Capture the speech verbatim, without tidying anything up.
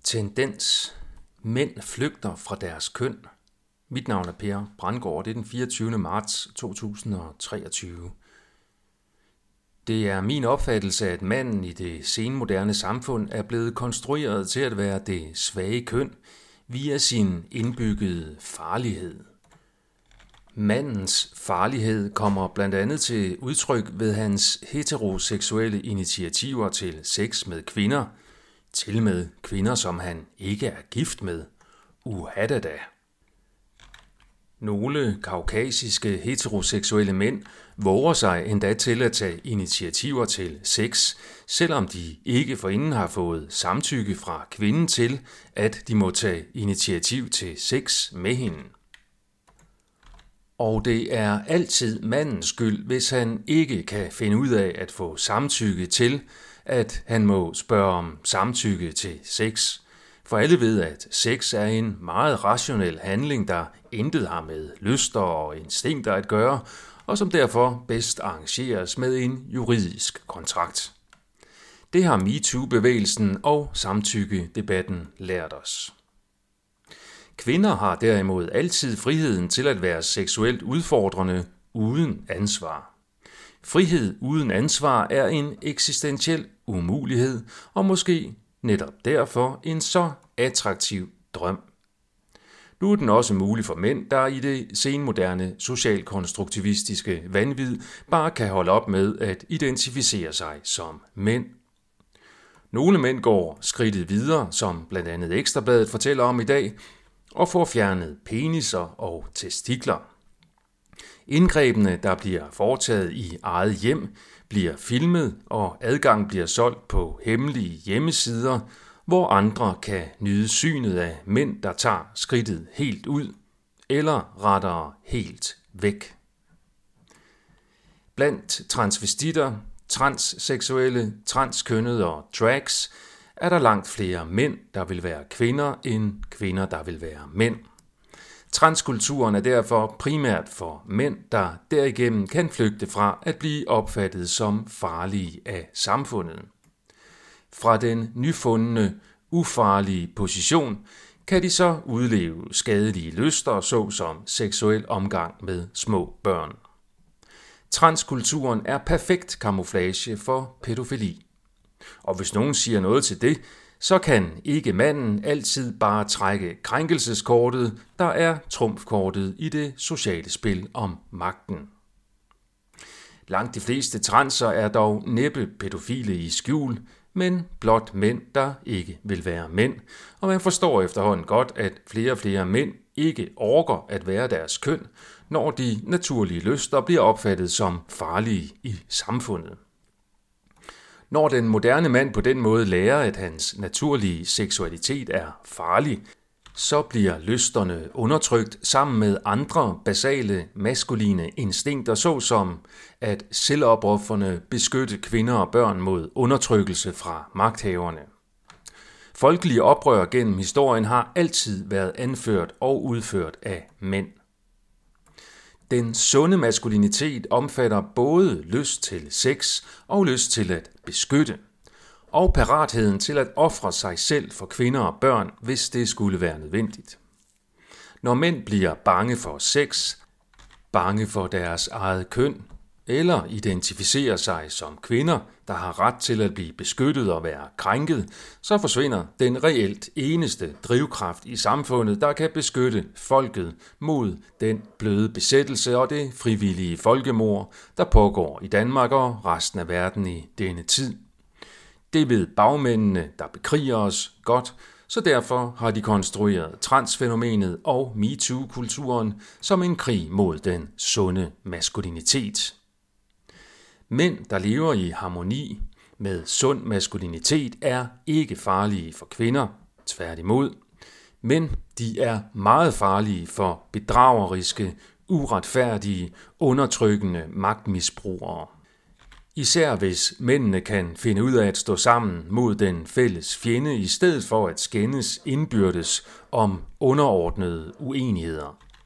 Tendens. Mænd flygter fra deres køn. Mit navn er Per Brandgaard. Det er den fireogtyvende marts to tusind og treogtyve. Det er min opfattelse, at manden i det senmoderne samfund er blevet konstrueret til at være det svage køn via sin indbyggede farlighed. Mandens farlighed kommer blandt andet til udtryk ved hans heteroseksuelle initiativer til sex med kvinder, til med kvinder, som han ikke er gift med. Uhadada. Nogle kaukasiske heteroseksuelle mænd våger sig endda til at tage initiativer til sex, selvom de ikke forinden har fået samtykke fra kvinden til, at de må tage initiativ til sex med hende. Og det er altid mandens skyld, hvis han ikke kan finde ud af at få samtykke til, at han må spørge om samtykke til sex. For alle ved, at sex er en meget rationel handling, der intet har med lyster og instinkter at gøre, og som derfor bedst arrangeres med en juridisk kontrakt. Det har MeToo-bevægelsen og samtykkedebatten lært os. Kvinder har derimod altid friheden til at være seksuelt udfordrende uden ansvar. Frihed uden ansvar er en eksistentiel umulighed, og måske netop derfor en så attraktiv drøm. Nu er den også mulig for mænd, der i det senmoderne socialkonstruktivistiske vanvid bare kan holde op med at identificere sig som mænd. Nogle mænd går skridtet videre, som blandt andet Ekstra Bladet fortæller om i dag, og får fjernet peniser og testikler. Indgrebene, der bliver foretaget i eget hjem, bliver filmet, og adgang bliver solgt på hemmelige hjemmesider, hvor andre kan nyde synet af mænd, der tager skridtet helt ud, eller rettere helt væk. Blandt transvestitter, transseksuelle, transkønnede og drags er der langt flere mænd, der vil være kvinder, end kvinder, der vil være mænd. Transkulturen er derfor primært for mænd, der derigennem kan flygte fra at blive opfattet som farlige af samfundet. Fra den nyfundne, ufarlige position kan de så udleve skadelige lyster, såsom seksuel omgang med små børn. Transkulturen er perfekt camouflage for pædofili. Og hvis nogen siger noget til det, så kan ikke manden altid bare trække krænkelseskortet, der er trumfkortet i det sociale spil om magten. Langt de fleste transer er dog næppe pædofile i skjul, men blot mænd, der ikke vil være mænd, og man forstår efterhånden godt, at flere og flere mænd ikke orker at være deres køn, når de naturlige lyster bliver opfattet som farlige i samfundet. Når den moderne mand på den måde lærer, at hans naturlige seksualitet er farlig, så bliver lysterne undertrykt sammen med andre basale maskuline instinkter, såsom at selvopoffrende beskytte kvinder og børn mod undertrykkelse fra magthaverne. Folkelige oprør gennem historien har altid været anført og udført af mænd. Den sunde maskulinitet omfatter både lyst til sex og lyst til at beskytte, og paratheden til at ofre sig selv for kvinder og børn, hvis det skulle være nødvendigt. Når mænd bliver bange for sex, bange for deres eget køn, eller identificerer sig som kvinder, der har ret til at blive beskyttet og være krænket, så forsvinder den reelt eneste drivkraft i samfundet, der kan beskytte folket mod den bløde besættelse og det frivillige folkemord, der pågår i Danmark og resten af verden i denne tid. Det ved bagmændene, der bekriger os, godt, så derfor har de konstrueret transfænomenet og MeToo-kulturen som en krig mod den sunde maskulinitet. Mænd, der lever i harmoni med sund maskulinitet, er ikke farlige for kvinder, tværtimod. Men de er meget farlige for bedrageriske, uretfærdige, undertrykkende magtmisbrugere. Især hvis mændene kan finde ud af at stå sammen mod den fælles fjende, i stedet for at skændes indbyrdes om underordnede uenigheder.